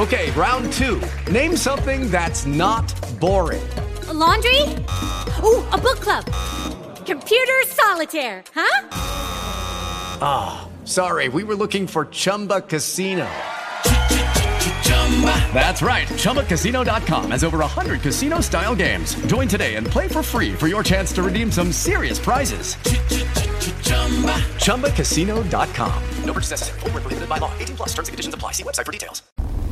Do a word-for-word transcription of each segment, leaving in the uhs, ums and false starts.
Okay, round two. Name something that's not boring. A laundry? Ooh, a book club. Computer solitaire, huh? Ah, oh, sorry, we were looking for Chumba Casino. That's right, Chumba Casino dot com has over one hundred casino-style games. Join today and play for free for your chance to redeem some serious prizes. Chumba Casino dot com. No purchase necessary. Void where prohibited by law. eighteen plus terms and conditions apply. See website for details.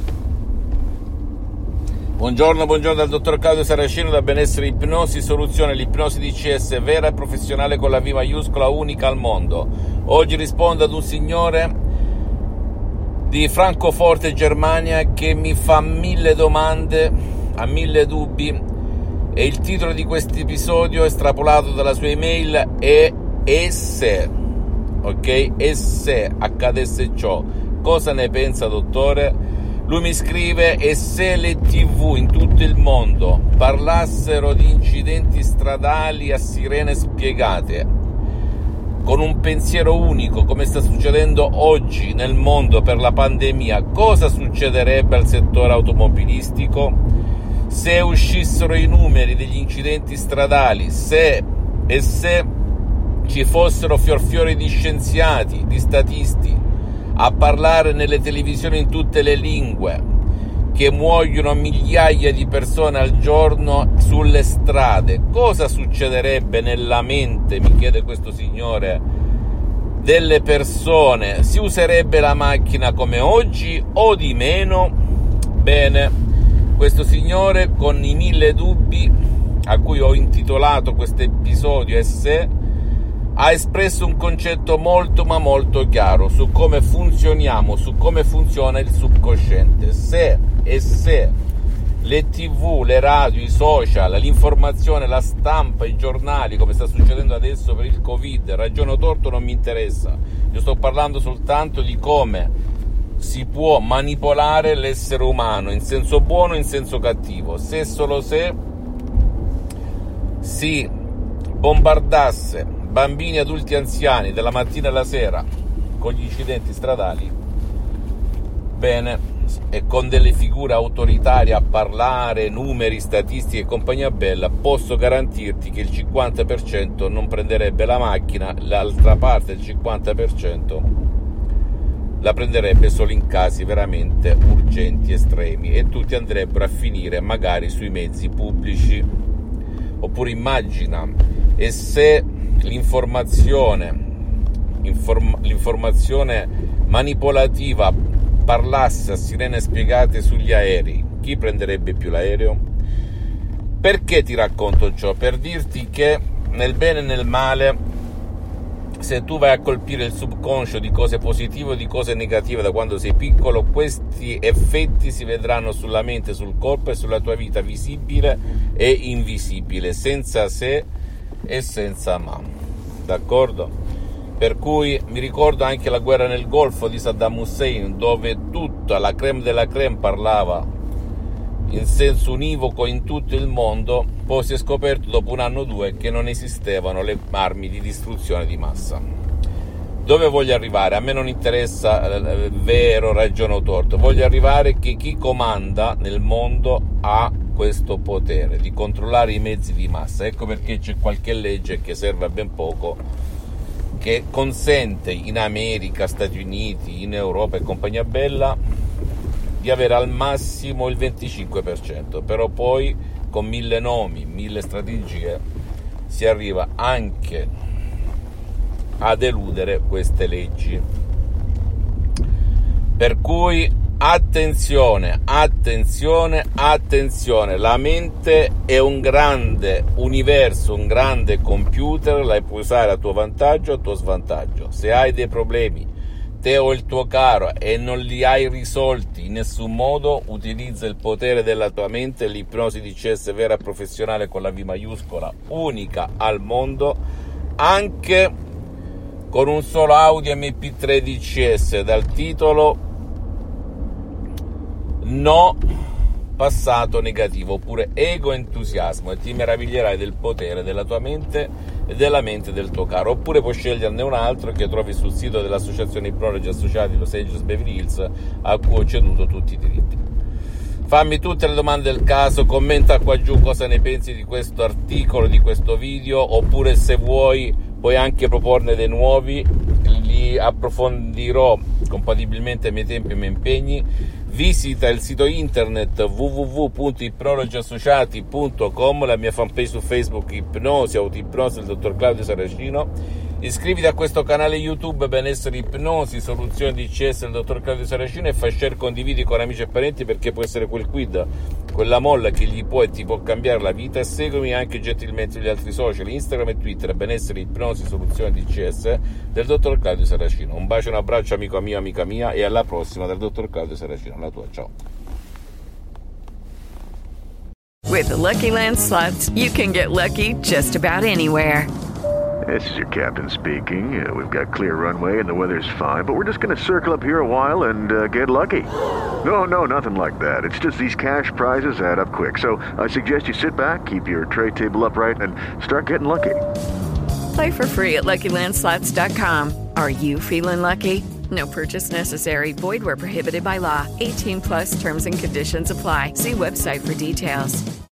Buongiorno, buongiorno dal dottor Claudio Saracino da Benessere Ipnosi Soluzione, l'ipnosi D C S vera e professionale con la V maiuscola, unica al mondo. Oggi rispondo ad un signore di Francoforte, Germania, che mi fa mille domande, ha mille dubbi, e il titolo di questo episodio, estrapolato dalla sua email, è "E se", ok? E se accadesse ciò, cosa ne pensa, dottore? Lui mi scrive: e se le tivù in tutto il mondo parlassero di incidenti stradali a sirene spiegate, con un pensiero unico, come sta succedendo oggi nel mondo per la pandemia, cosa succederebbe al settore automobilistico? Se uscissero i numeri degli incidenti stradali, se e se ci fossero fiorfiori di scienziati, di statisti, a parlare nelle televisioni in tutte le lingue, che muoiono migliaia di persone al giorno sulle strade, cosa succederebbe nella mente, mi chiede questo signore, delle persone? Si userebbe la macchina come oggi o di meno? Bene, questo signore, con i mille dubbi a cui ho intitolato questo episodio "E se", ha espresso un concetto molto ma molto chiaro su come funzioniamo, su come funziona il subconsciente. Se e se le tivù, le radio, i social, l'informazione, la stampa, i giornali, come sta succedendo adesso per il Covid, ragione o torto non mi interessa, io sto parlando soltanto di come si può manipolare l'essere umano in senso buono e in senso cattivo. Se solo se si bombardasse bambini, adulti, anziani dalla mattina alla sera con gli incidenti stradali, bene, e con delle figure autoritarie a parlare, numeri, statistiche e compagnia bella, posso garantirti che il cinquanta per cento non prenderebbe la macchina, l'altra parte, il cinquanta per cento, la prenderebbe solo in casi veramente urgenti, estremi, e tutti andrebbero a finire magari sui mezzi pubblici. Oppure immagina, e se l'informazione inform- l'informazione manipolativa parlasse a sirene spiegate sugli aerei, chi prenderebbe più l'aereo? Perché ti racconto ciò? Per dirti che nel bene e nel male, se tu vai a colpire il subconscio di cose positive o di cose negative da quando sei piccolo, questi effetti si vedranno sulla mente, sul corpo e sulla tua vita visibile e invisibile, senza se e senza ma, d'accordo? Per cui mi ricordo anche la guerra nel Golfo di Saddam Hussein, dove tutta la crème della crème parlava in senso univoco in tutto il mondo. Poi si è scoperto dopo un anno o due che non esistevano le armi di distruzione di massa. Dove voglio arrivare? A me non interessa eh, vero, ragione o torto, voglio arrivare che chi comanda nel mondo ha questo potere di controllare i mezzi di massa. Ecco perché c'è qualche legge che serve a ben poco, che consente in America, Stati Uniti, in Europa e compagnia bella di avere al massimo il venticinque per cento, però poi con mille nomi, mille strategie si arriva anche ad eludere queste leggi. Per cui attenzione, attenzione, attenzione, la mente è un grande universo, un grande computer, la puoi usare a tuo vantaggio o a tuo svantaggio. Se hai dei problemi, te o il tuo caro, e non li hai risolti in nessun modo, utilizza il potere della tua mente, l'ipnosi D C S vera e professionale con la V maiuscola, unica al mondo, anche con un solo audio M P tre D C S dal titolo "No passato negativo", oppure "Ego entusiasmo", e ti meraviglierai del potere della tua mente e della mente del tuo caro. Oppure puoi sceglierne un altro che trovi sul sito dell'associazione Ipnologi Associati Los Angeles Beverly Hills, a cui ho ceduto tutti i diritti. fammi tutte le domande del caso, commenta qua giù cosa ne pensi di questo articolo, di questo video, oppure se vuoi puoi anche proporne dei nuovi, li approfondirò compatibilmente ai miei tempi e ai miei impegni. Visita il sito internet w w w punto ipnologi associati punto com, la mia fanpage su Facebook Ipnosi Autoipnosi del dottor Claudio Saracino. Iscriviti a questo canale YouTube Benessere Ipnosi Soluzioni D C S del dottor Claudio Saracino e fai share, condividi con amici e parenti, perché può essere quel quid, quella molla che gli può e ti può cambiare la vita. E seguimi anche gentilmente sugli altri social, Instagram e Twitter, Benessere Ipnosi Soluzioni D C S del dottor Claudio Saracino. Un bacio e un abbraccio amico mio, amica mia, e alla prossima dal dottor Claudio Saracino. La tua, ciao. With the Lucky Land Slots, you can get lucky just about anywhere. This is your captain speaking. Uh, we've got clear runway and the weather's fine, but we're just going to circle up here a while and uh, get lucky. No, no, nothing like that. It's just these cash prizes add up quick. So I suggest you sit back, keep your tray table upright, and start getting lucky. Play for free at Lucky Land Slots dot com. Are you feeling lucky? No purchase necessary. Void where prohibited by law. eighteen plus terms and conditions apply. See website for details.